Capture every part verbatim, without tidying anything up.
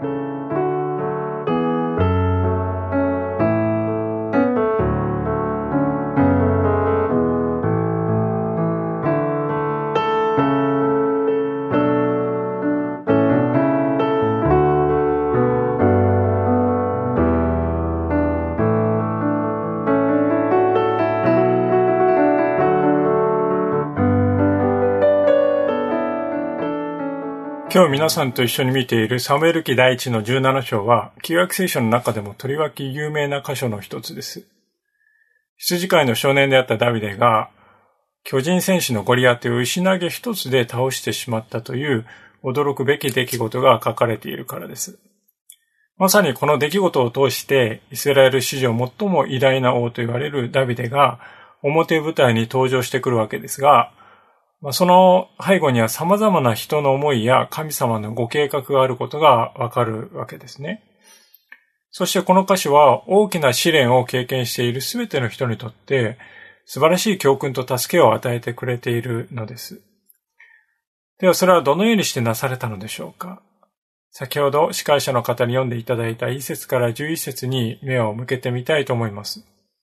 今日皆さんと一緒に見ているサムエル記第一のじゅうなな章は旧約聖書の中でもとりわけ有名な箇所の一つです。羊飼いの少年であったダビデが巨人戦士のゴリアテを石投げ一つで倒してしまったという驚くべき出来事が書かれているからです。まさにこの出来事を通してイスラエル史上最も偉大な王と言われるダビデが表舞台に登場してくるわけですが、その背後には様々な人の思いや神様のご計画があることがわかるわけですね。そしてこの歌詞は大きな試練を経験しているすべての人にとって素晴らしい教訓と助けを与えてくれているのです。ではそれはどのようにしてなされたのでしょうか。先ほど司会者の方に読んでいただいたいっ節からじゅういっ節に目を向けてみたいと思います。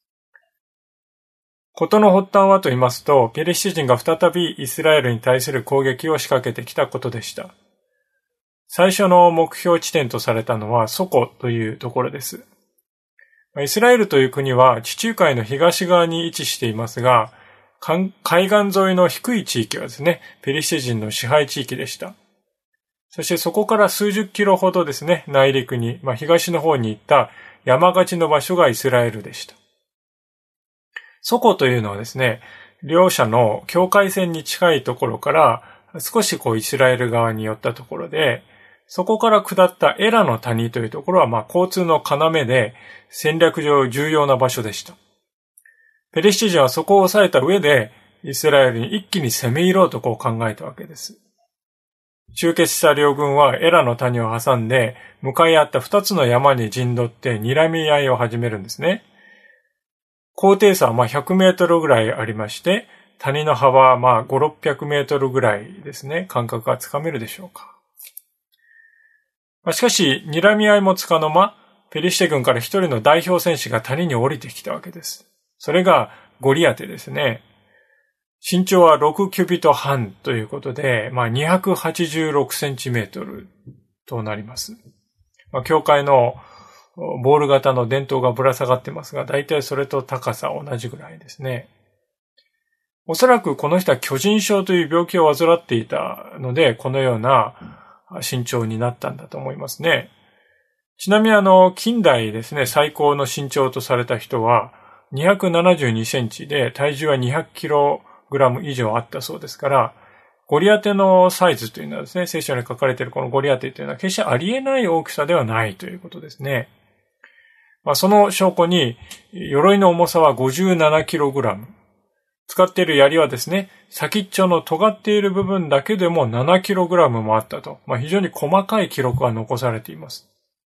事の発端はと言いますと、ペリシテ人が再びイスラエルに対する攻撃を仕掛けてきたことでした。最初の目標地点とされたのはソコというところです。イスラエルという国は地中海の東側に位置していますが、海岸沿いの低い地域はですね、ペリシテ人の支配地域でした。そしてそこから数十キロほどですね、内陸に、まあ、東の方に行った山がちの場所がイスラエルでした。ソコというのはですね、両者の境界線に近いところから少しこうイスラエル側に寄ったところで、そこから下ったエラの谷というところはまあ交通の要で戦略上重要な場所でした。ペリシテ人はそこを抑えた上でイスラエルに一気に攻め入ろうとこう考えたわけです。集結した両軍はエラの谷を挟んで向かい合った二つの山に陣取って睨み合いを始めるんですね。高低差はまあひゃくメートルぐらいありまして、谷の幅はまあごひゃく、ろっぴゃくメートルぐらいですね。感覚がつかめるでしょうか。まあ、しかし、睨み合いもつかの間、ペリシテ軍から一人の代表戦士が谷に降りてきたわけです。それがゴリアテですね。身長はろくキュビト半ということで、まあにひゃくはちじゅうろくセンチメートルとなります。まあ、教会のボール型の電灯がぶら下がってますが、だいたいそれと高さ同じぐらいですね。おそらくこの人は巨人症という病気を患っていたので、このような身長になったんだと思いますね。ちなみにあの、近代ですね、最高の身長とされた人はにひゃくななじゅうにセンチで体重はにひゃくキログラム以上あったそうですから、ゴリアテのサイズというのはですね、聖書に書かれているこのゴリアテというのは決してありえない大きさではないということですね。まあ、その証拠に、鎧の重さは ごじゅうななキログラム。使っている槍はですね、先っちょの尖っている部分だけでも ななキログラム もあったと。まあ、非常に細かい記録が残されています。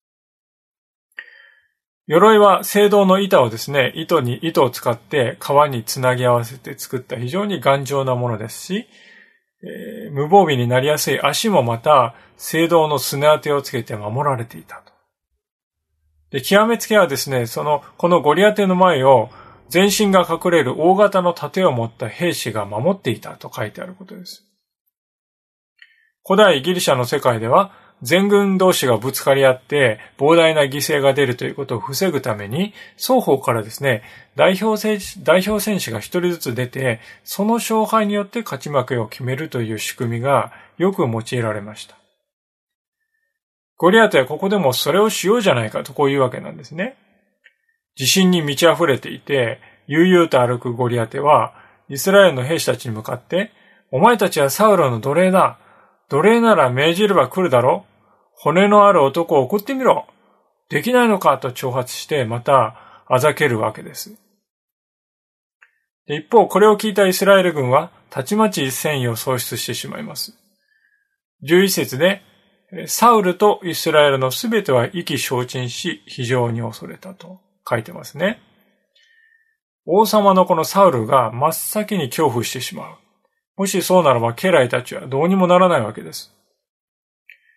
鎧は青銅の板をですね、糸に、糸を使って革につなぎ合わせて作った非常に頑丈なものですし、えー、無防備になりやすい足もまた青銅のすね当てをつけて守られていたと。で、極めつけはですね、その、このゴリアテの前を全身が隠れる大型の盾を持った兵士が守っていたと書いてあることです。古代ギリシャの世界では全軍同士がぶつかり合って膨大な犠牲が出るということを防ぐために双方からですね、代表選手、代表選手が一人ずつ出て、その勝敗によって勝ち負けを決めるという仕組みがよく用いられました。ゴリアテはここでもそれをしようじゃないかとこういうわけなんですね。自信に満ち溢れていて、悠々と歩くゴリアテは、イスラエルの兵士たちに向かって、お前たちはサウロの奴隷だ。奴隷なら命じれば来るだろ。骨のある男を送ってみろ。できないのかと挑発して、また、あざけるわけです。で一方、これを聞いたイスラエル軍は、たちまち戦意を喪失してしまいます。じゅういっ節で、サウルとイスラエルのすべては意気消沈し、非常に恐れたと書いてますね。王様のこのサウルが真っ先に恐怖してしまう。もしそうならば家来たちはどうにもならないわけです。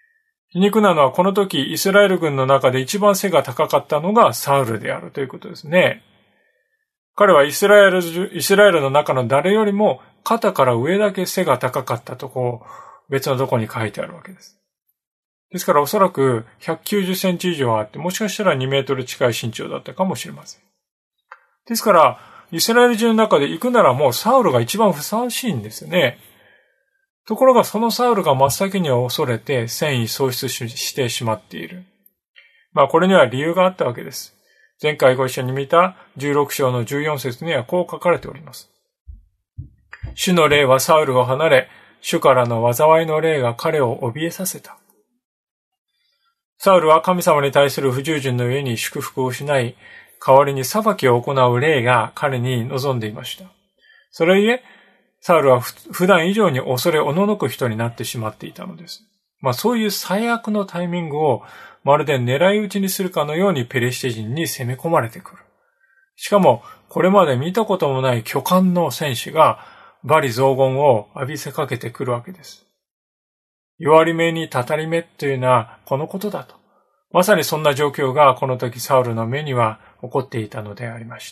皮肉なのはこの時イスラエル軍の中で一番背が高かったのがサウルであるということですね。彼はイスラエル、イスラエルの中の誰よりも肩から上だけ背が高かったとこう別のところに書いてあるわけです。ですからおそらくひゃくきゅうじゅっセンチ以上あって、もしかしたらにメートル近い身長だったかもしれません。ですから、イスラエル人の中で行くならもうサウルが一番ふさわしいんですよね。ところがそのサウルが真っ先に恐れて戦意喪失してしまっている。まあこれには理由があったわけです。前回ご一緒に見たじゅうろく章のじゅうよん節にはこう書かれております。主の霊はサウルを離れ、主からの災いの霊が彼を怯えさせた。サウルは神様に対する不従順の上に祝福をしない、代わりに裁きを行う霊が彼に望んでいました。それゆえ、サウルは普段以上に恐れおののく人になってしまっていたのです。まあそういう最悪のタイミングをまるで狙い撃ちにするかのようにペリシテ人に攻め込まれてくる。しかもこれまで見たこともない巨漢の戦士が罵詈雑言を浴びせかけてくるわけです。弱り目にたたり目というのはこのことだと。まさにそんな状況がこの時サウルの目には起こっていたのでありました。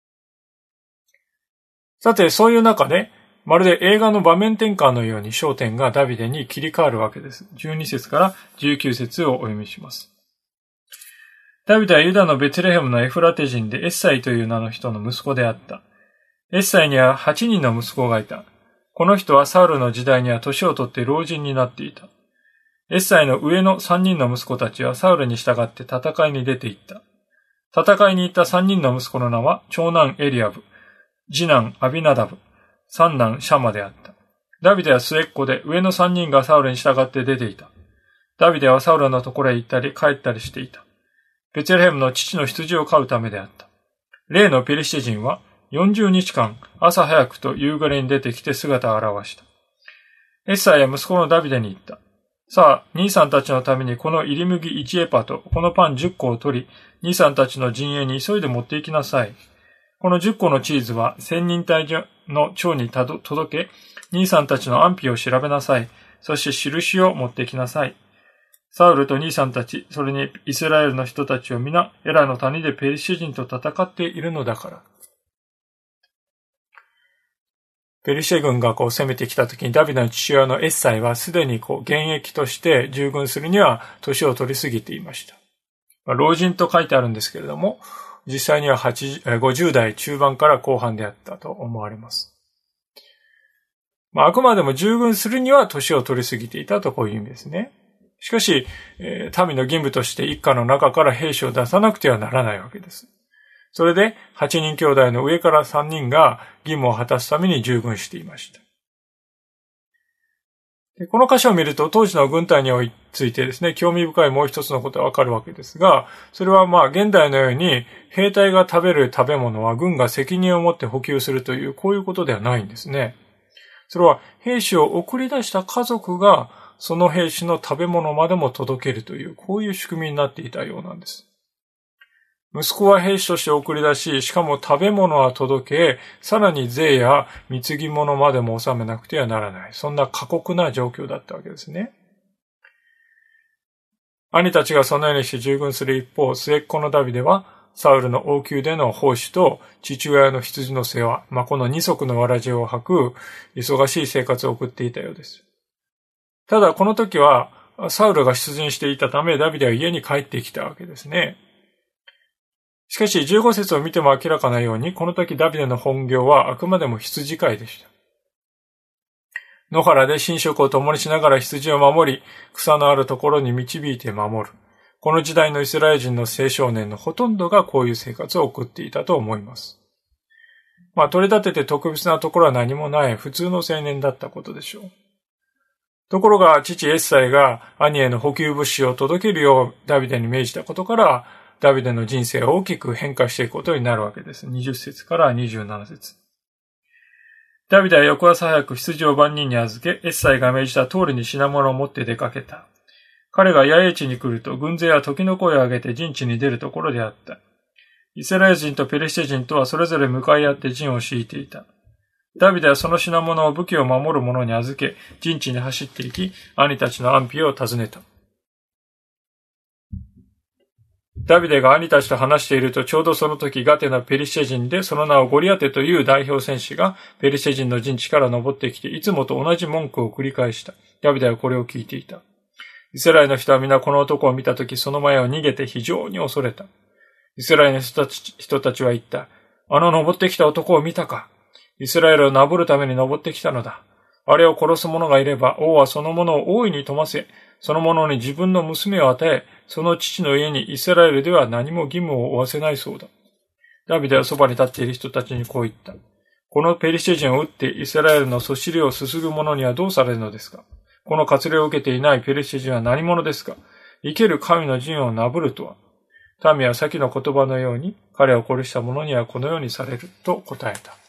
さて、そういう中で、まるで映画の場面転換のように焦点がダビデに切り替わるわけです。じゅうに節からじゅうきゅう節をお読みします。ダビデはユダのベツレヘムのエフラテ人でエッサイという名の人の息子であった。エッサイにははちにんの息子がいた。この人はサウルの時代には年を取って老人になっていた。エッサイの上のさんにんの息子たちはサウルに従って戦いに出て行った。戦いに行ったさんにんの息子の名は長男エリアブ、次男アビナダブ、三男シャマであった。ダビデは末っ子で上の三人がサウルに従って出ていた。ダビデはサウルのところへ行ったり帰ったりしていた。ベツレヘムの父の羊を飼うためであった。例のペリシテ人はよんじゅうにちかん朝早くと夕暮れに出てきて姿を現した。エッサイは息子のダビデに言った。さあ、兄さんたちのためにこの入り麦いちエパとこのパンじゅっこを取り、兄さんたちの陣営に急いで持って行きなさい。このじゅっこのチーズは千人隊の長に届け、兄さんたちの安否を調べなさい。そして印を持ってきなさい。サウルと兄さんたち、それにイスラエルの人たちを皆、エラの谷でペリシテ人と戦っているのだから。ペリシテ軍がこう攻めてきたときにダビデの父親のエッサイはすでにこう現役として従軍するには年を取りすぎていました。まあ、老人と書いてあるんですけれども、実際にはごじゅう代中盤から後半であったと思われます。まあ、あくまでも従軍するには年を取りすぎていたとこういう意味ですね。しかし、えー、民の義務として一家の中から兵士を出さなくてはならないわけです。それで、はちにん兄弟の上からさんにんが義務を果たすために従軍していました。でこの箇所を見ると、当時の軍隊についてですね、興味深いもう一つのことがわかるわけですが、それはまあ、現代のように、兵隊が食べる食べ物は軍が責任を持って補給するという、こういうことではないんですね。それは、兵士を送り出した家族が、その兵士の食べ物までも届けるという、こういう仕組みになっていたようなんです。息子は兵士として送り出し、しかも食べ物は届け、さらに税や貢ぎ物までも納めなくてはならない。そんな過酷な状況だったわけですね。兄たちがそのようにして従軍する一方、末っ子のダビデは、サウルの王宮での奉仕と父親の羊の世話、まあ、この二足のわらじを履く忙しい生活を送っていたようです。ただこの時は、サウルが出陣していたため、ダビデは家に帰ってきたわけですね。しかしじゅうご節を見ても明らかなように、この時ダビデの本業はあくまでも羊飼いでした。野原で寝食を共にしながら羊を守り、草のあるところに導いて守る。この時代のイスラエル人の青少年のほとんどがこういう生活を送っていたと思います。まあ取り立てて特別なところは何もない普通の青年だったことでしょう。ところが父エッサイが兄への補給物資を届けるようダビデに命じたことから、ダビデの人生は大きく変化していくことになるわけです。にじゅう節からにじゅうなな節。ダビデは翌朝早く羊を番人に預け、エッサイが命じた通りに品物を持って出かけた。彼が野営地に来ると、軍勢は時の声を上げて陣地に出るところであった。イスラエル人とペリシテ人とはそれぞれ向かい合って陣を敷いていた。ダビデはその品物を武器を守る者に預け、陣地に走っていき、兄たちの安否を尋ねた。 ダビデが兄たちと話していると、ちょうどその時ガテのペリシテ人で、その名をゴリアテという代表戦士がペリシテ人の陣地から登ってきて、いつもと同じ文句を繰り返した。ダビデはこれを聞いていた。イスラエルの人は皆この男を見たとき、その前を逃げて非常に恐れた。イスラエルの人たち、人たちは言った。あの登ってきた男を見たか。イスラエルをなぶるために登ってきたのだ。あれを殺す者がいれば、王はその者を大いに富ませ、その者に自分の娘を与え、その父の家にイスラエルでは何も義務を負わせないそうだ。ダビデはそばに立っている人たちにこう言った。このペリシテ人を撃ってイスラエルのそしりをすすぐ者にはどうされるのですか。この割礼を受けていないペリシテ人は何者ですか。生ける神の陣をなぶるとは。民は先の言葉のように、彼を殺した者にはこのようにされると答えた。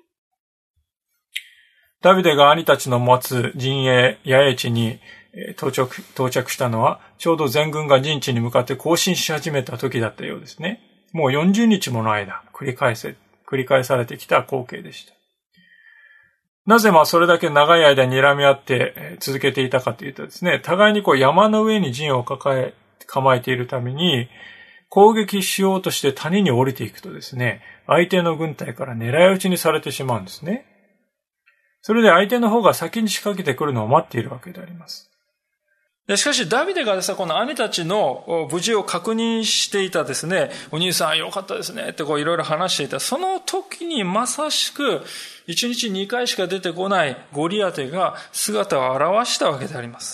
ダビデが兄たちの持つ陣営、野営地に到着、到着したのは、ちょうど全軍が陣地に向かって行進し始めた時だったようですね。もうよんじゅうにちもの間、繰り返せ、繰り返されてきた光景でした。なぜまあそれだけ長い間睨み合って続けていたかというとですね、互いにこう山の上に陣を抱え、構えているために、攻撃しようとして谷に降りていくとですね、相手の軍隊から狙い撃ちにされてしまうんですね。それで相手の方が先に仕掛けてくるのを待っているわけであります。でしかしダビデがですね、この兄たちの無事を確認していたですね、お兄さんよかったですねってこういろいろ話していた。その時にまさしくいちにちにかいしか出てこないゴリアテが姿を現したわけであります。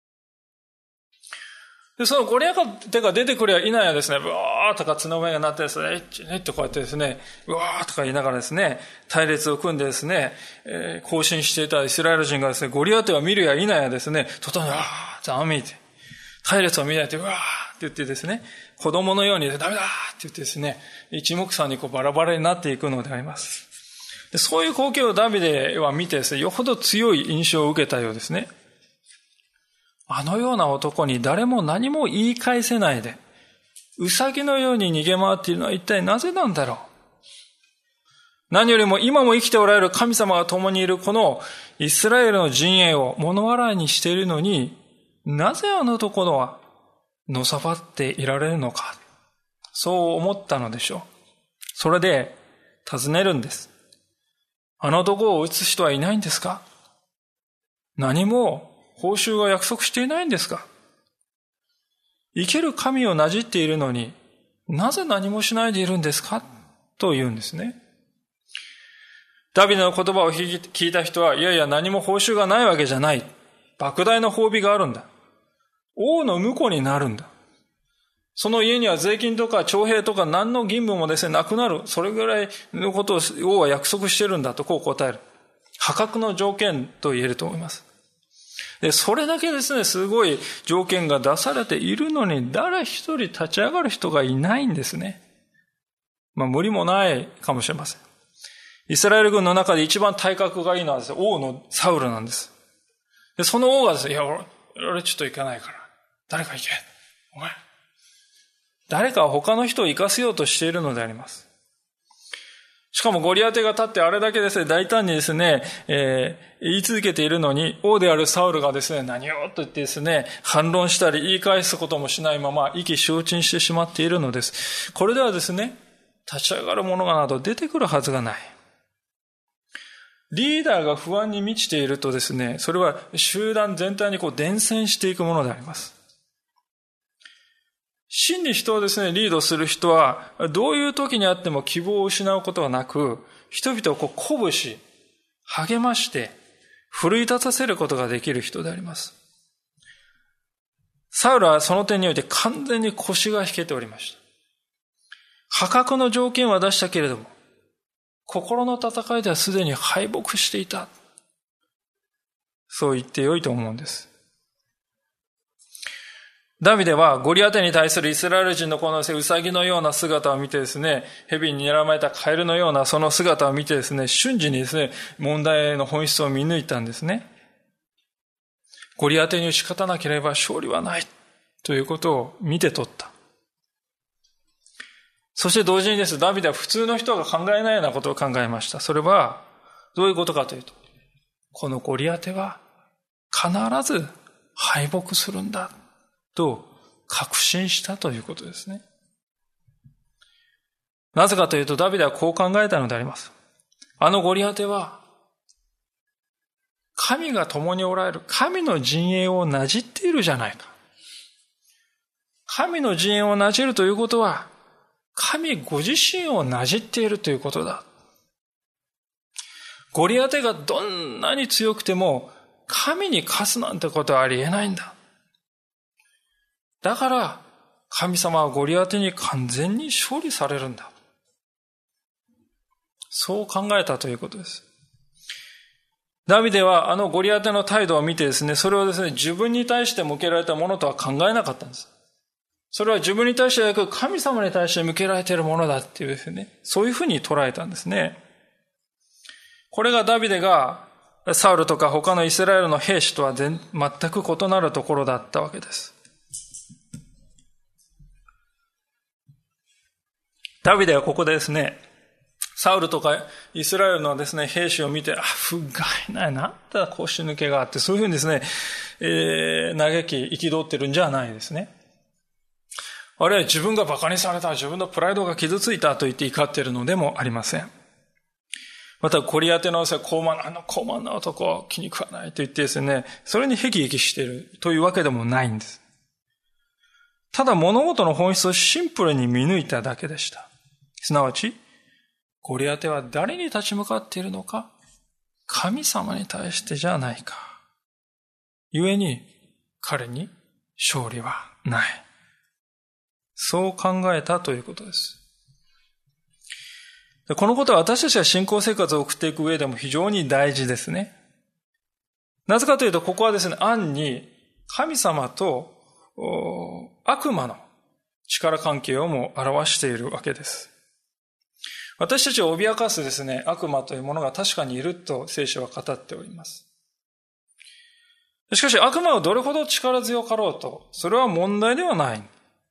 で、そのゴリアテが出てくればいないやですね、ブワーとか角目が鳴ってですね、えっとこうやってですね、うわーとか言いながらですね、隊列を組んでですね、えー、行進していたイスラエル人がですね、ゴリアテを見るやいないやですね、ととに、あーってあみて、隊列を見ないと、うわーって言ってですね、子供のようにダメだって言ってですね、一目散にこうバラバラになっていくのであります。で、そういう光景をダビデは見てですね、よほど強い印象を受けたようですね。あのような男に誰も何も言い返せないで、ウサギのように逃げ回っているのは一体なぜなんだろう。何よりも今も生きておられる神様が共にいるこのイスラエルの陣営を物笑いにしているのに、なぜあのところはのさばっていられるのか。そう思ったのでしょう。それで尋ねるんです。あの男を撃つ人はいないんですか？何も報酬が約束していないんですか？生ける神をなじっているのに、なぜ何もしないでいるんですかと言うんですね。ダビデの言葉を聞いた人は、いやいや何も報酬がないわけじゃない。莫大な褒美があるんだ。王の婿になるんだ。その家には税金とか徴兵とか何の義務もですね、なくなる。それぐらいのことを王は約束してるんだとこう答える。破格の条件と言えると思います。で、それだけですね、すごい条件が出されているのに、誰一人立ち上がる人がいないんですね。まあ無理もないかもしれません。イスラエル軍の中で一番体格がいいのはですね、王のサウルなんです。で、その王がですね、いや、俺、俺ちょっと行かないから、誰か行け。お前。誰か他の人を生かせようとしているのであります。しかもゴリアテが立ってあれだけですね、大胆にですね、えー、言い続けているのに、王であるサウルがですね、何をと言ってですね、反論したり言い返すこともしないまま意気消沈してしまっているのです。これではですね、立ち上がる者がなど出てくるはずがない。リーダーが不安に満ちているとですね、それは集団全体にこう伝染していくものであります。真に人をですね、リードする人は、どういう時にあっても希望を失うことはなく、人々をこう鼓舞し、励まして、奮い立たせることができる人であります。サウルはその点において完全に腰が引けておりました。破格の条件は出したけれども、心の戦いではすでに敗北していた。そう言ってよいと思うんです。ダビデはゴリアテに対するイスラエル人のこのウサギのような姿を見てですね、蛇に睨まれたカエルのようなその姿を見てですね、瞬時にですね、問題の本質を見抜いたんですね。ゴリアテに打ち勝たなければ勝利はないということを見て取った。そして同時にです、ダビデは普通の人が考えないようなことを考えました。それはどういうことかというと、このゴリアテは必ず敗北するんだと確信したということですね。なぜかというと、ダビデはこう考えたのであります。あのゴリアテは、神が共におられる、神の陣営をなじっているじゃないか。神の陣営をなじるということは、神ご自身をなじっているということだ。ゴリアテがどんなに強くても、神に勝つなんてことはありえないんだ。だから、神様はゴリアテに完全に勝利されるんだ。そう考えたということです。ダビデはあのゴリアテの態度を見てですね、それをですね、自分に対して向けられたものとは考えなかったんです。それは自分に対してはなく神様に対して向けられているものだっていうですね、そういうふうに捉えたんですね。これがダビデがサウルとか他のイスラエルの兵士とは全く異なるところだったわけです。ダビデはここでですね、サウルとかイスラエルのですね、兵士を見て、あ、不甲斐ない、なんだ腰抜けがあって、そういうふうにですね、えー、嘆き、憤ってるんじゃないですね。あるいは自分が馬鹿にされた、自分のプライドが傷ついたと言って怒っているのでもありません。また、ゴリアテの高慢な、あの高慢な男、気に食わないと言ってですね、それに辟易しているというわけでもないんです。ただ物事の本質をシンプルに見抜いただけでした。すなわち、ゴリアテは誰に立ち向かっているのか、神様に対してじゃないか。故に彼に勝利はない。そう考えたということです。このことは私たちが信仰生活を送っていく上でも非常に大事ですね。なぜかというと、ここはですね、暗に神様と悪魔の力関係をも表しているわけです。私たちを脅かすですね、悪魔というものが確かにいると聖書は語っております。しかし悪魔はどれほど力強かろうと、それは問題ではない。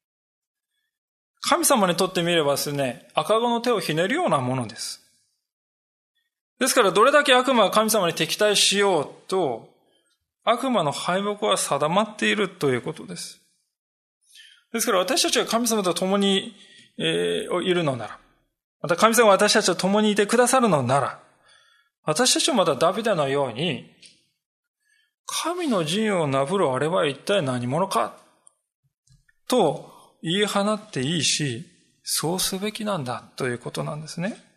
神様にとってみればですね、赤子の手をひねるようなものです。ですからどれだけ悪魔が神様に敵対しようと、悪魔の敗北は定まっているということです。ですから私たちが神様と共に、えー、いるのなら、また神様が私たちと共にいてくださるのなら、私たちもまたダビデのように、神の陣をなぶるあれは一体何者かと言い放っていいし、そうすべきなんだということなんですね。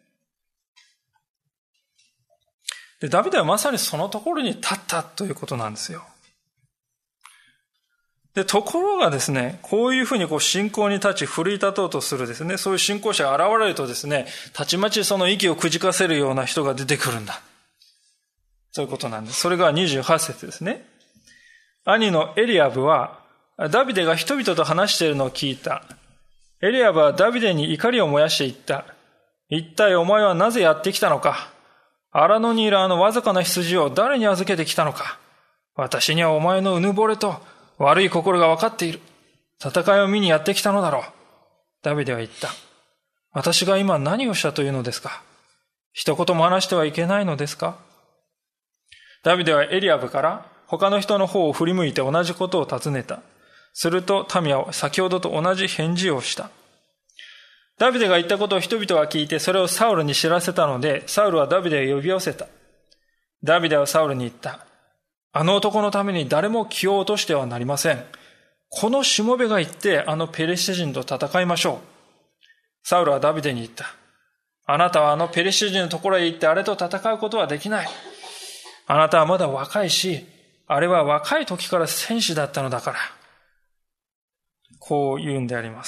で、ダビデはまさにそのところに立ったということなんですよ。で、ところがですね、こういうふうにこう信仰に立ち奮い立とうとするですね、そういう信仰者が現れるとですね、たちまちその息をくじかせるような人が出てくるんだ。そういうことなんです。それがにじゅうはち節ですね。兄のエリアブは、ダビデが人々と話しているのを聞いた。エリアブはダビデに怒りを燃やして言った。一体お前はなぜやってきたのか。荒野にいるあのわずかな羊を誰に預けてきたのか。私にはお前のうぬぼれと悪い心が分かっている。戦いを見にやってきたのだろう。ダビデは言った。私が今何をしたというのですか。一言も話してはいけないのですか。ダビデはエリアブから他の人の方を振り向いて同じことを尋ねた。すると民は先ほどと同じ返事をした。ダビデが言ったことを人々が聞いてそれをサウルに知らせたので、サウルはダビデを呼び寄せた。ダビデはサウルに言った。あの男のために誰も気を落としてはなりません。このしもべが行ってあのペリシテ人と戦いましょう。サウルはダビデに言った。あなたはあのペリシテ人のところへ行ってあれと戦うことはできない。あなたはまだ若いし、あれは若い時から戦士だったのだから。こう言うんであります。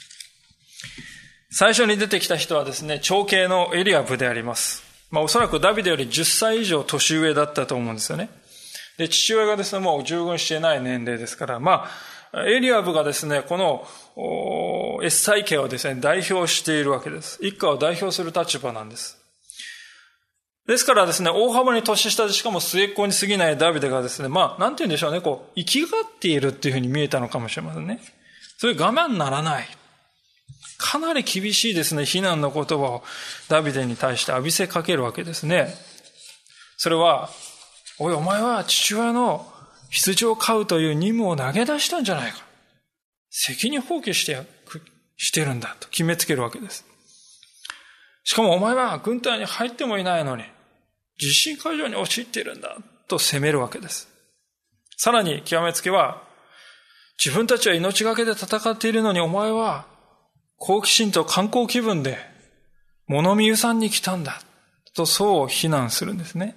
最初に出てきた人はですね、長兄のエリアブであります。まあおそらくダビデよりじゅっさい以上年上だったと思うんですよね。で、父親がですね、もう従軍していない年齢ですから、まあ、エリアブがですね、このエッサイ家をですね、代表しているわけです。一家を代表する立場なんです。ですからですね、大幅に年下でしかも末っ子に過ぎないダビデがですね、まあ、なんて言うんでしょうね、こう、生きがっているっていうふうに見えたのかもしれませんね。そういう我慢ならない。かなり厳しいですね、非難の言葉をダビデに対して浴びせかけるわけですね。それは、おい、お前は父親の羊を飼うという任務を投げ出したんじゃないか。 責任放棄してしてるんだと決めつけるわけです。しかもお前は軍隊に入ってもいないのに地震会場に陥っているんだと責めるわけです。さらに極めつけは、自分たちは命がけで戦っているのにお前は好奇心と観光気分で物見遊山に来たんだとそう非難するんですね。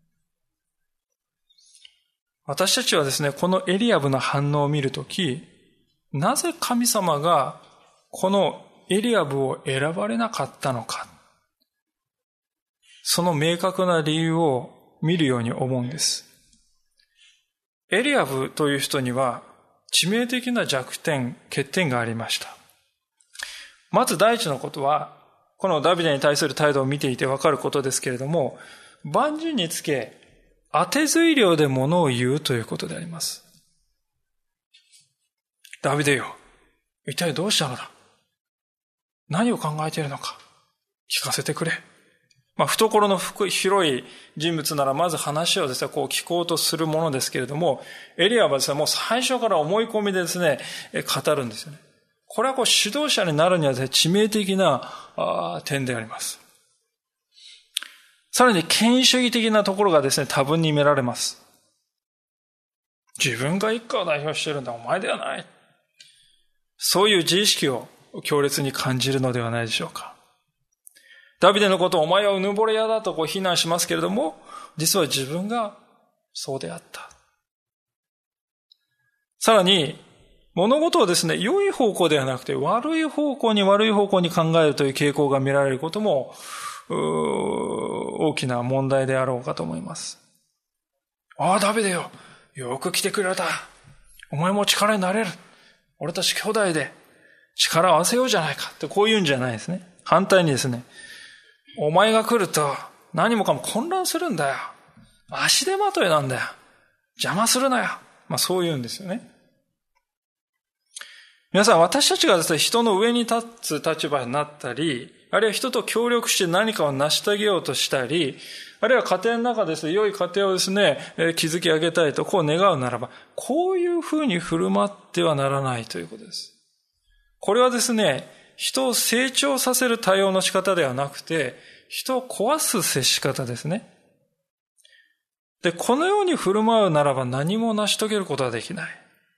私たちはですね、このエリアブの反応を見るとき、なぜ神様がこのエリアブを選ばれなかったのか、その明確な理由を見るように思うんです。エリアブという人には致命的な弱点、欠点がありました。まず第一のことは、このダビデに対する態度を見ていてわかることですけれども、万人につけ当て推量で物を言うということであります。ダビデよ、一体どうしたのだ？何を考えているのか聞かせてくれ。まあ、懐の広い人物ならまず話をですね、こう聞こうとするものですけれども、エリアはですね、もう最初から思い込みでですね、語るんですよね。これはこう指導者になるにはですね、致命的な点であります。さらに権威主義的なところがですね、多分に見られます。自分が一家を代表しているんだ、お前ではない。そういう自意識を強烈に感じるのではないでしょうか。ダビデのことをお前はうぬぼれ屋だとこう非難しますけれども、実は自分がそうであった。さらに、物事をですね、良い方向ではなくて悪い方向に悪い方向に考えるという傾向が見られることも、大きな問題であろうかと思います。ああ、ダビデよ。よく来てくれた。お前も力になれる。俺たち兄弟で力を合わせようじゃないかってこう言うんじゃないですね。反対にですね、お前が来ると何もかも混乱するんだよ。足手まといなんだよ。邪魔するなよ。まあそう言うんですよね。皆さん、私たちがですね、人の上に立つ立場になったり、あるいは人と協力して何かを成し遂げようとしたり、あるいは家庭の中ですね、良い家庭をですね、築き上げたいとこう願うならば、こういうふうに振る舞ってはならないということです。これはですね、人を成長させる対応の仕方ではなくて、人を壊す接し方ですね。で、このように振る舞うならば何も成し遂げることはできない。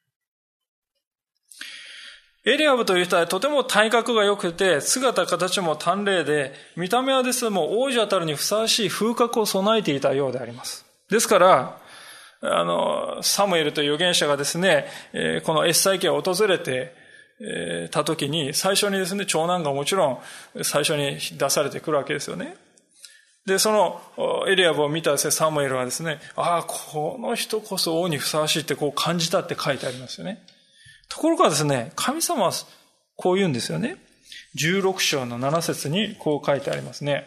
エリアブという人はとても体格が良くて、姿形も端麗で、見た目はですね、もう王者たるにふさわしい風格を備えていたようであります。ですから、あの、サムエルという預言者がですね、このエッサイ家を訪れてた時に、最初にですね、長男がもちろん最初に出されてくるわけですよね。で、そのエリアブを見たですね、サムエルはですね、ああ、この人こそ王にふさわしいってこう感じたって書いてありますよね。ところがですね、神様はこう言うんですよね。じゅうろく章のなな節にこう書いてありますね。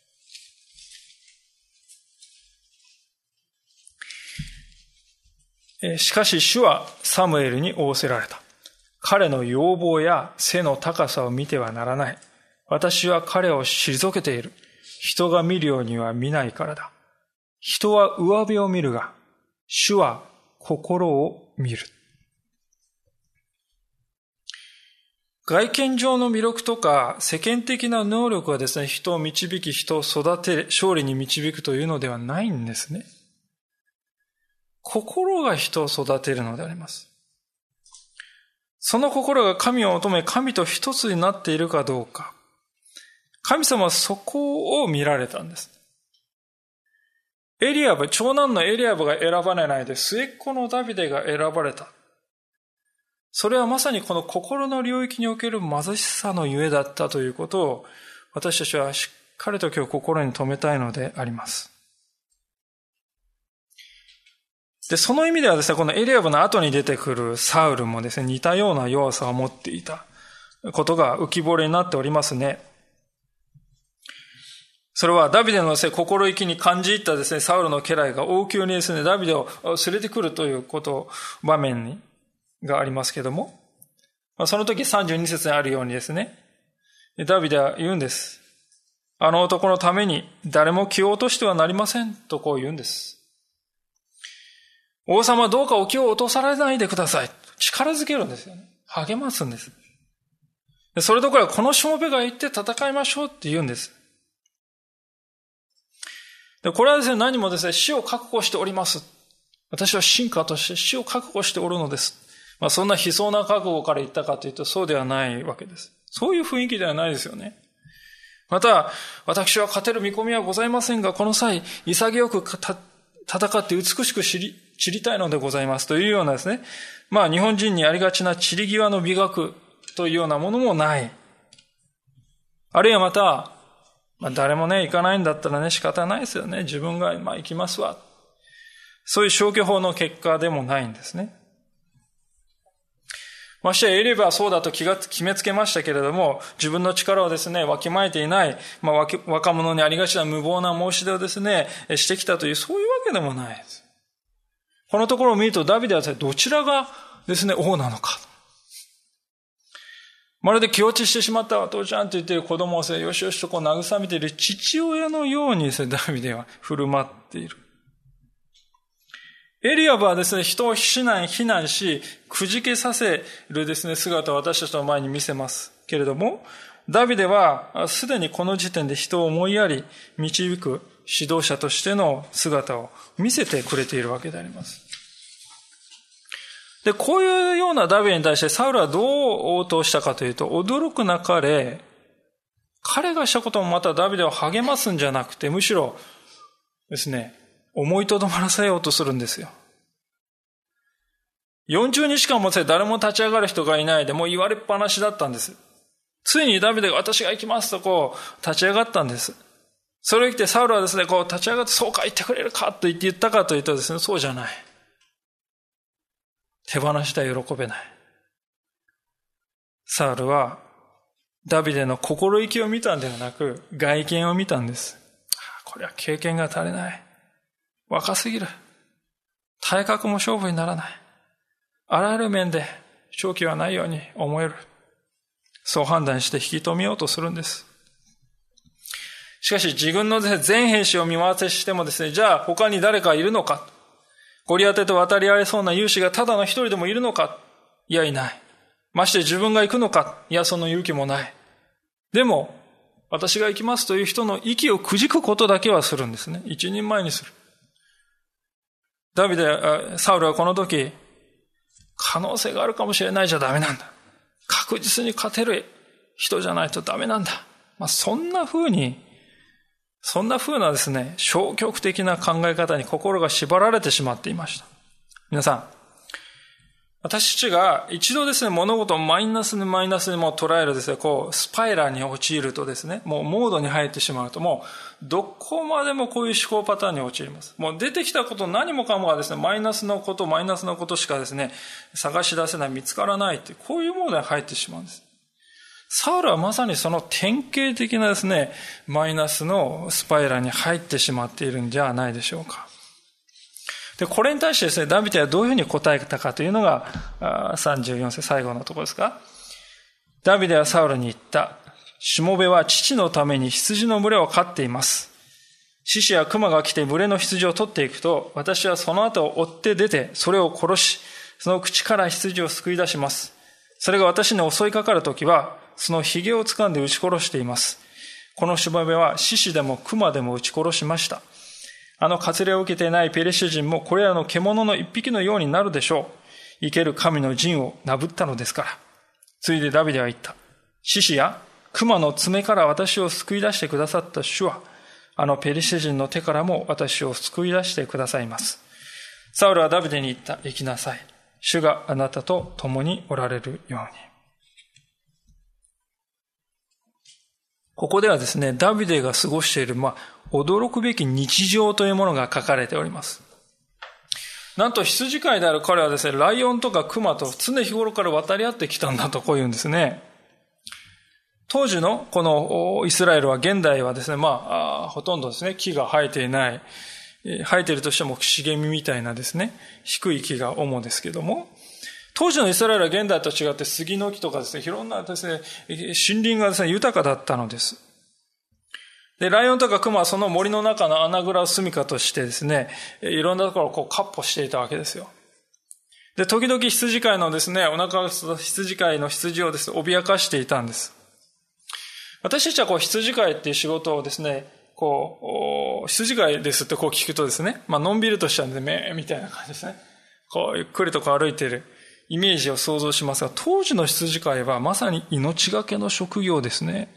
しかし主はサムエルに仰せられた。彼の容貌や背の高さを見てはならない。私は彼を退けている。人が見るようには見ないからだ。人は上辺を見るが、主は心を見る。外見上の魅力とか世間的な能力はですね、人を導き、人を育て、勝利に導くというのではないんですね。心が人を育てるのであります。その心が神を求め、神と一つになっているかどうか。神様はそこを見られたんです。エリアブ、長男のエリアブが選ばれないで、末っ子のダビデが選ばれた。それはまさにこの心の領域における貧しさのゆえだったということを私たちはしっかりと今日心に留めたいのであります。で、その意味ではですね、このエリアブの後に出てくるサウルもですね、似たような弱さを持っていたことが浮き彫りになっておりますね。それはダビデのですね、心意気に感じ入ったですね、サウルの家来が王宮にですね、ダビデを連れてくるということ、場面にがありますけども、その時さんじゅうに節にあるようにですね、ダビデは言うんです。あの男のために誰も気を落としてはなりませんとこう言うんです。王様どうかお気を落とされないでください。 力づけるんですよね。励ますんです。でそれどころかこのしもべが行って戦いましょうって言うんです。でこれはですね、何もですね、死を覚悟しております。私は臣下として死を覚悟しておるのです。まあそんな悲壮な覚悟から言ったかというとそうではないわけです。そういう雰囲気ではないですよね。また、私は勝てる見込みはございませんが、この際、潔く戦って美しく散り、散りたいのでございますというようなですね、まあ日本人にありがちな散り際の美学というようなものもない。あるいはまた、まあ、誰もね、行かないんだったらね、仕方ないですよね。自分が、まあ行きますわ。そういう消去法の結果でもないんですね。ましてやエリバはそうだと気が決めつけましたけれども、自分の力をですね、わきまえていない、まあ、若者にありがちな無謀な申し出をですね、してきたという、そういうわけでもないです。このところを見ると、ダビデはどちらがですね、王なのか。まるで気落ちしてしまった父ちゃんと言っている子供をよしよしとこう慰めている父親のようにですね、ダビデは振る舞っている。エリアブはですね、人を非難、非難し、くじけさせるですね、姿を私たちの前に見せますけれども、ダビデはすでにこの時点で人を思いやり、導く指導者としての姿を見せてくれているわけであります。で、こういうようなダビデに対してサウルはどう応答したかというと、驚くなかれ、彼がしたこともまたダビデを励ますんじゃなくて、むしろですね、思いとどまらせようとするんですよ。よんじゅうにちかんも誰も立ち上がる人がいないで、もう言われっぱなしだったんです。ついにダビデが私が行きますとこう立ち上がったんです。それを言ってサウルはですね、こう立ち上がってそうか言ってくれるかと言って言ったかというとですね、そうじゃない。手放した喜べない。サウルはダビデの心意気を見たんではなく、外見を見たんです。これは経験が足りない。若すぎる。体格も勝負にならない。あらゆる面で勝機はないように思える。そう判断して引き止めようとするんです。しかし自分の全兵士を見回せしてもですね、じゃあ他に誰かいるのか。ゴリアテと渡り合えそうな勇士がただの一人でもいるのか。いやいない。まして自分が行くのか。いやその勇気もない。でも私が行きますという人の息をくじくことだけはするんですね。一人前にする。ダビデ、サウルはこの時、可能性があるかもしれないじゃダメなんだ。確実に勝てる人じゃないとダメなんだ。まあ、そんな風に、そんな風なですね、消極的な考え方に心が縛られてしまっていました。皆さん、私たちが一度ですね、物事をマイナスにマイナスにも捉えるですね、こう、スパイラルに陥るとですね、もうモードに入ってしまうと、もう、どこまでもこういう思考パターンに陥ります。もう出てきたこと何もかもがですね、マイナスのこと、マイナスのことしかですね、探し出せない、見つからないという、こういうモードに入ってしまうんです。サウルはまさにその典型的なですね、マイナスのスパイラルに入ってしまっているんじゃないでしょうか。で、これに対してですね、ダビデはどういうふうに答えたかというのが、さんじゅうよん節最後のところですか。ダビデはサウルに言った。しもべは父のために羊の群れを飼っています。獅子や熊が来て群れの羊を取っていくと、私はその後を追って出て、それを殺し、その口から羊を救い出します。それが私に襲いかかるときは、その髭を掴んで撃ち殺しています。このしもべは獅子でも熊でも撃ち殺しました。あの割礼を受けていないペレシュ人もこれらの獣の一匹のようになるでしょう。生ける神の陣をなぶったのですから。ついでダビデは言った。獅子や熊の爪から私を救い出してくださった主は、あのペリシテ人の手からも私を救い出してくださいます。サウルはダビデに言った。行きなさい。主があなたと共におられるように。ここではですね、ダビデが過ごしている、まあ、驚くべき日常というものが書かれております。なんと羊飼いである彼はですね、ライオンとかクマと常日頃から渡り合ってきたんだとこう言うんですね。当時のこのイスラエルは現代はですね、まあ、ほとんどですね、木が生えていない、生えているとしても茂みみたいなですね、低い木が主ですけども、当時のイスラエルは現代と違って杉の木とかですね、いろんなですね、森林がですね、豊かだったのです。で、ライオンとかクマはその森の中の穴蔵を住処としてですね、いろんなところをこう闊歩していたわけですよ。 で、時々羊飼いのですね、お腹がすいた羊飼いの羊をですね、脅かしていたんです。私たちはこう羊飼いっていう仕事をですね、こう、羊飼いですってこう聞くとですね、まあ、のんびりとしたんで、めみたいな感じですね。こう、ゆっくりとこう歩いているイメージを想像しますが、当時の羊飼いはまさに命がけの職業ですね。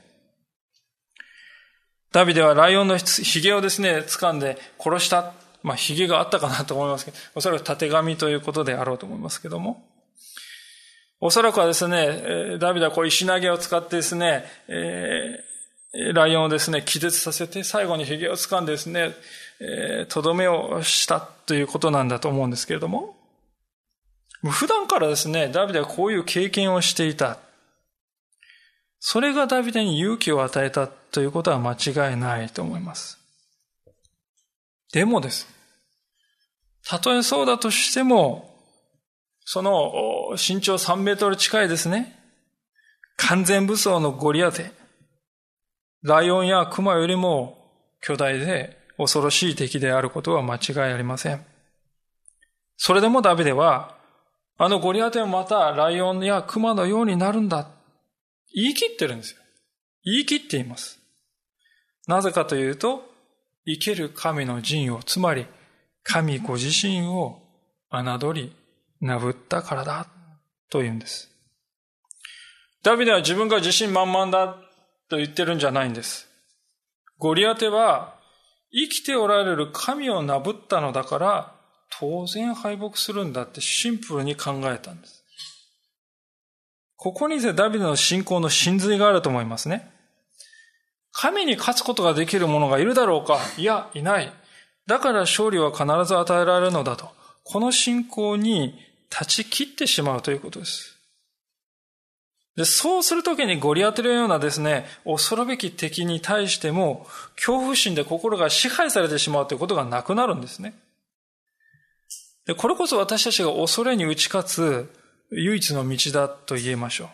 ダビデはライオンの髭をですね、掴んで殺した。まあ、髭があったかなと思いますけど、おそらくたてがみということであろうと思いますけども。おそらくはですね、ダビデはこう石投げを使ってですね、えー、ライオンをですね、気絶させて、最後に髭を掴んでですね、えー、とどめをしたということなんだと思うんですけれども、普段からですね、ダビデはこういう経験をしていた。それがダビデに勇気を与えたということは間違いないと思います。でもです。たとえそうだとしても、その身長さんメートル近いですね、完全武装のゴリアテ、ライオンやクマよりも巨大で恐ろしい敵であることは間違いありません。それでもダビデは、あのゴリアテもまたライオンやクマのようになるんだ。言い切ってるんですよ。言い切っています。なぜかというと、生ける神の陣を、つまり神ご自身を侮り、なぶったからだというんです。ダビデは自分が自信満々だと言ってるんじゃないんです。ゴリアテは生きておられる神をなぶったのだから当然敗北するんだってシンプルに考えたんです。ここにダビデの信仰の真髄があると思いますね。神に勝つことができる者がいるだろうか？いや、いない。だから勝利は必ず与えられるのだと。この信仰に断ち切ってしまうということです。で、そうするときにゴリアテのようなですね、恐るべき敵に対しても恐怖心で心が支配されてしまうということがなくなるんですね。で、これこそ私たちが恐れに打ち勝つ唯一の道だと言えましょう。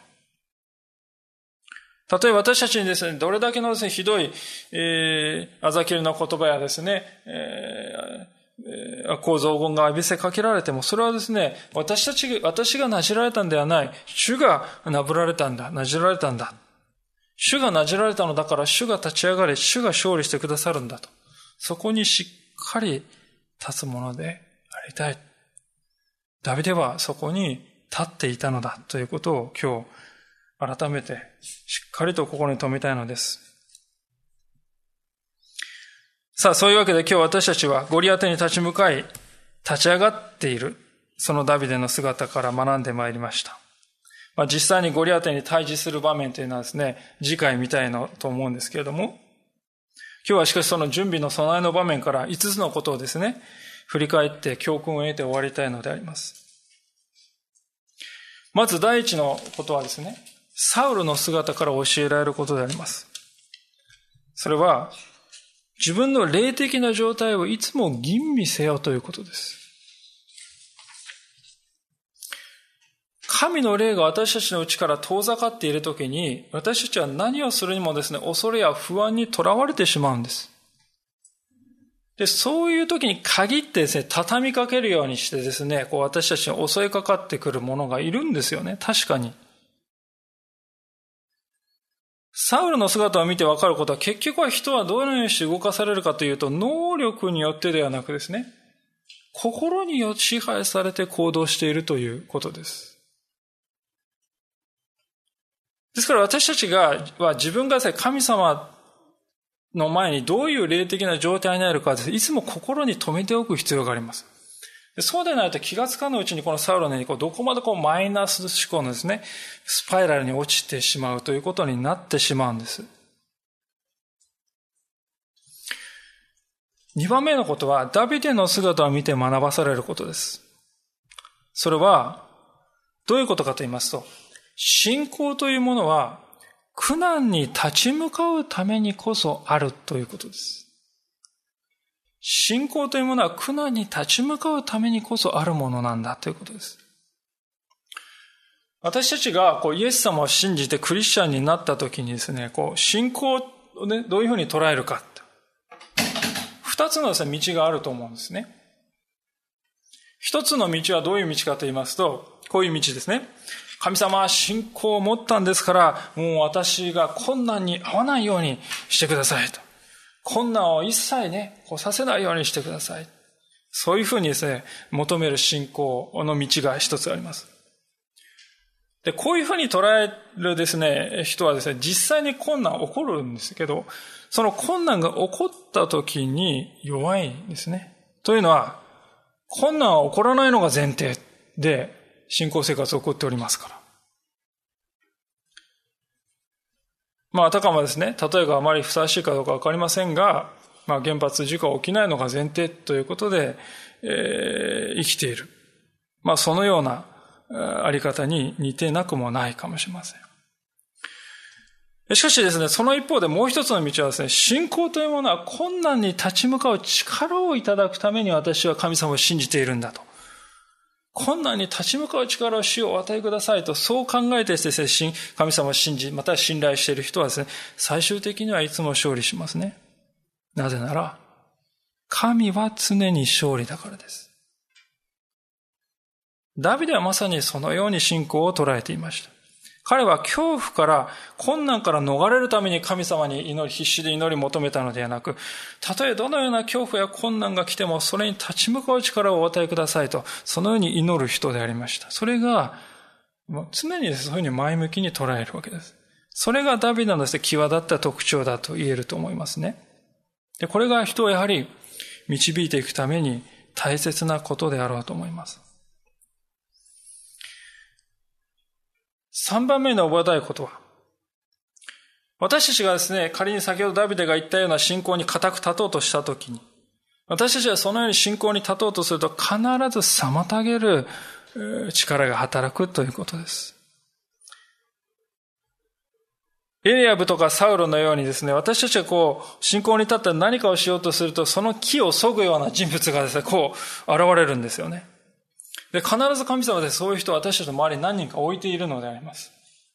たとえ私たちにですね、どれだけのですね、ひどい、えー、あざけりの言葉やですね、えー、悪行雑言が浴びせかけられても、それはですね、私たち、私がなじられたんではない。主がなぶられたんだ。なじられたんだ。主がなじられたのだから、主が立ち上がり、主が勝利してくださるんだと。そこにしっかり立つものでありたい。ダビデはそこに立っていたのだということを今日、改めてしっかりと心に留めたいのです。さあ、そういうわけで今日私たちはゴリアテに立ち向かい、立ち上がっている、そのダビデの姿から学んでまいりました。まあ、実際にゴリアテに対峙する場面というのはですね、次回見たいのと思うんですけれども、今日はしかしその準備の備えの場面からいつつのことをですね、振り返って教訓を得て終わりたいのであります。まず第一のことはですね、サウルの姿から教えられることであります。それは、自分の霊的な状態をいつも吟味せよということです。神の霊が私たちのうちから遠ざかっているときに、私たちは何をするにもですね、恐れや不安にとらわれてしまうんです。で、そういう時に限ってですね、畳みかけるようにしてですね、こう私たちに襲いかかってくるものがいるんですよね。確かに。サウルの姿を見てわかることは、結局は人はどのようにして動かされるかというと、能力によってではなくですね、心によって支配されて行動しているということです。ですから私たちが、は自分が神様の前にどういう霊的な状態にあるかです、いつも心に留めておく必要があります。そうでないと気がつかぬうちにこのサウロのようにこうどこまでこうマイナス思考のですね、スパイラルに落ちてしまうということになってしまうんです。二番目のことは、ダビデの姿を見て学ばされることです。それは、どういうことかと言いますと、信仰というものは、苦難に立ち向かうためにこそあるということです。信仰というものは苦難に立ち向かうためにこそあるものなんだということです。私たちがこうイエス様を信じてクリスチャンになったときにですね、こう信仰を、ね、どういうふうに捉えるか。二つのですね、道があると思うんですね。 一つの道はどういう道かと言いますと、こういう道ですね。神様は信仰を持ったんですから、もう私が困難に遭わないようにしてくださいと。困難を一切ね、来させないようにしてください。そういうふうにですね、求める信仰の道が一つあります。で、こういうふうに捉えるですね、人はですね、実際に困難起こるんですけど、その困難が起こった時に弱いんですね。というのは、困難は起こらないのが前提で、信仰生活を送っておりますから。まあ、あたかもですね、例えがあまりふさわしいかどうかわかりませんが、まあ、原発事故が起きないのが前提ということで、えー、生きている。まあ、そのようなあり方に似てなくもないかもしれません。しかしですね、その一方でもう一つの道はですね、信仰というものは困難に立ち向かう力をいただくために私は神様を信じているんだと。困難に立ち向かう力を主をお与えくださいと、そう考えてですね、神様を信じ、または信頼している人はですね、最終的にはいつも勝利しますね。なぜなら、神は常に勝利だからです。ダビデはまさにそのように信仰を捉えていました。彼は恐怖から、困難から逃れるために神様に祈り、必死で祈り求めたのではなく、たとえどのような恐怖や困難が来ても、それに立ち向かう力をお与えくださいと、そのように祈る人でありました。それが、常にそういうふうに前向きに捉えるわけです。それがダビデのですね、際立った特徴だと言えると思いますね。で、これが人をやはり導いていくために大切なことであろうと思います。三番目に覚えたいことは、私たちがですね、仮に先ほどダビデが言ったような信仰に固く立とうとしたときに、私たちはそのように信仰に立とうとすると必ず妨げる力が働くということです。エリアブとかサウロのようにですね、私たちがこう、信仰に立って何かをしようとすると、その木を削ぐような人物がですね、こう、現れるんですよね。で、必ず神様でそういう人を私たちの周りに何人か置いているのであります。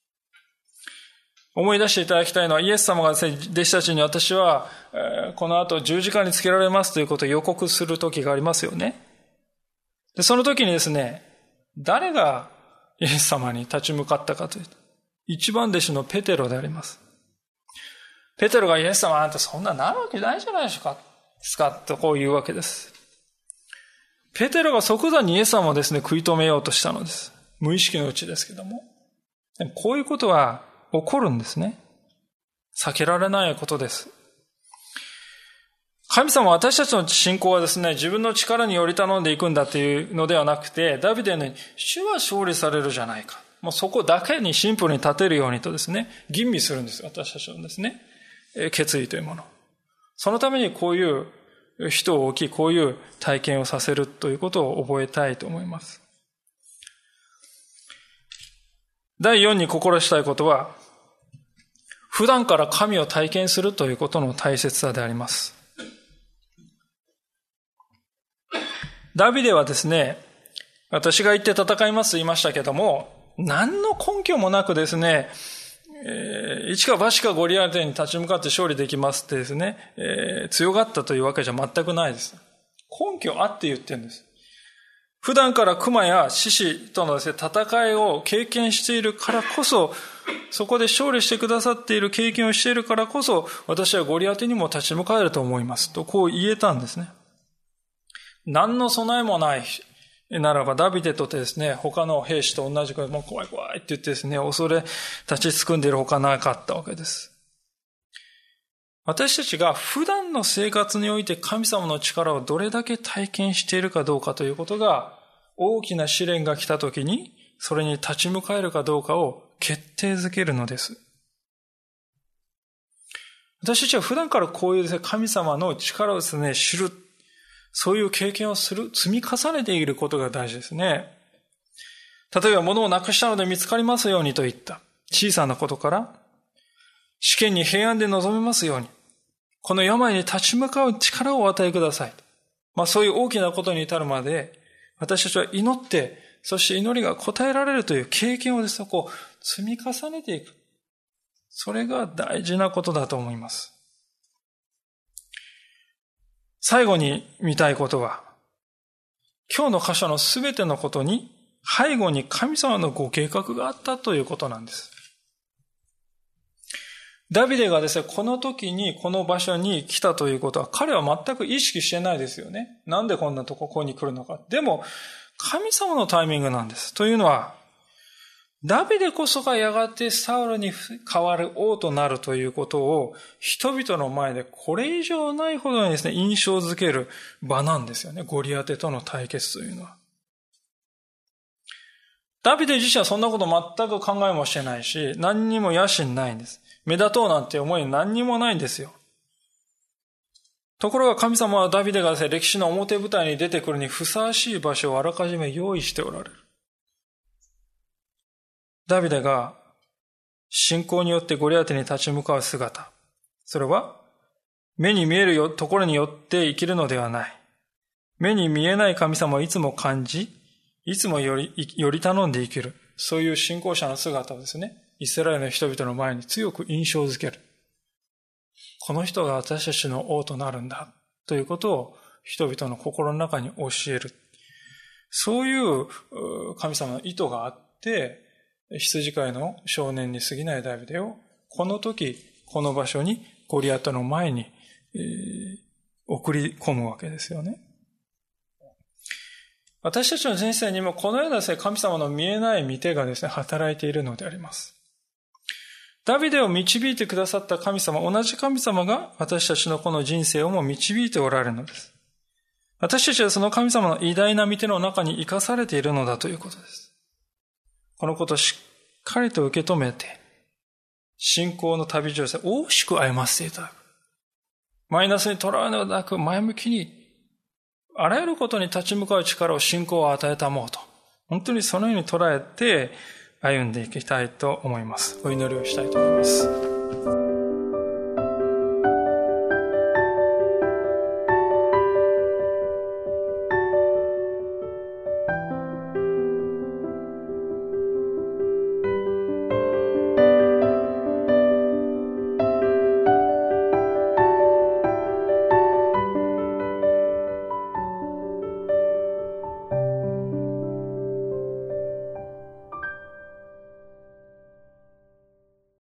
思い出していただきたいのは、イエス様がですね、弟子たちに私は、えー、この後十字架につけられますということを予告する時がありますよね。で、その時にですね、誰がイエス様に立ち向かったかというと、一番弟子のペテロであります。ペテロがイエス様なんてそんななるわけないじゃないですか、ですかとこう言うわけです。ペテロが即座にイエス様をですね、食い止めようとしたのです。無意識のうちですけども。でもこういうことは起こるんですね。避けられないことです。神様は私たちの信仰はですね、自分の力により頼んでいくんだというのではなくて、ダビデのように主は勝利されるじゃないか。もうそこだけにシンプルに立てるようにとですね、吟味するんですよ。私たちのですね、決意というもの。そのためにこういう人を置き、こういう体験をさせるということを覚えたいと思います。だいよんに心したいことは、普段から神を体験するということの大切さであります。ダビデはですね、私が行って戦いますと言いましたけども、何の根拠もなくですね、えー、一か八かゴリアテに立ち向かって勝利できますってですね、えー、強がったというわけじゃ全くないです。根拠あって言ってるんです。普段から熊や獅子とのですね、戦いを経験しているからこそ、そこで勝利してくださっている経験をしているからこそ、私はゴリアテにも立ち向かえると思いますと、こう言えたんですね。何の備えもないならば、ダビデとですね、他の兵士と同じく、もう怖い怖いって言ってですね、恐れ立ちすくんでいるほかなかったわけです。私たちが普段の生活において神様の力をどれだけ体験しているかどうかということが、大きな試練が来たときに、それに立ち向かえるかどうかを決定づけるのです。私たちは普段からこういうですね、神様の力をですね、知る。そういう経験をする、積み重ねていることが大事ですね。例えば物をなくしたので見つかりますようにといった小さなことから、試験に平安で臨めますように、この病に立ち向かう力をお与えください。まあそういう大きなことに至るまで、私たちは祈って、そして祈りが応えられるという経験をですね、こう積み重ねていく。それが大事なことだと思います。最後に見たいことは、 今日の箇所のすべてのことに背後に神様のご計画があったということなんです。ダビデがですね、この時にこの場所に来たということは彼は全く意識してないですよね。なんでこんなとここに来るのか。でも神様のタイミングなんです。というのは、ダビデこそがやがてサウルに代わる王となるということを人々の前でこれ以上ないほどにですね、印象づける場なんですよね。ゴリアテとの対決というのは。ダビデ自身はそんなこと全く考えもしてないし、何にも野心ないんです。目立とうなんて思い何にもないんですよ。ところが神様はダビデがですね、歴史の表舞台に出てくるにふさわしい場所をあらかじめ用意しておられる。ダビデが信仰によってゴリアテに立ち向かう姿。それは目に見えるところによって生きるのではない。目に見えない神様をいつも感じ、いつもより、より頼んで生きる。そういう信仰者の姿をですね、イスラエルの人々の前に強く印象づける。この人が私たちの王となるんだということを人々の心の中に教える。そういう神様の意図があって、羊飼いの少年に過ぎないダビデをこの時、この場所にゴリアテの前に、えー、送り込むわけですよね。私たちの人生にもこのようなですね、神様の見えない御手がですね、働いているのであります。ダビデを導いてくださった神様、同じ神様が私たちのこの人生をも導いておられるのです。私たちはその神様の偉大な御手の中に生かされているのだということです。このことをしっかりと受け止めて、信仰の旅路を大しく歩ませていただく。マイナスにとらわれるのではなく、前向きに、あらゆることに立ち向かう力を信仰を与えたもうと。本当にそのように捉えて歩んでいきたいと思います。お祈りをしたいと思います。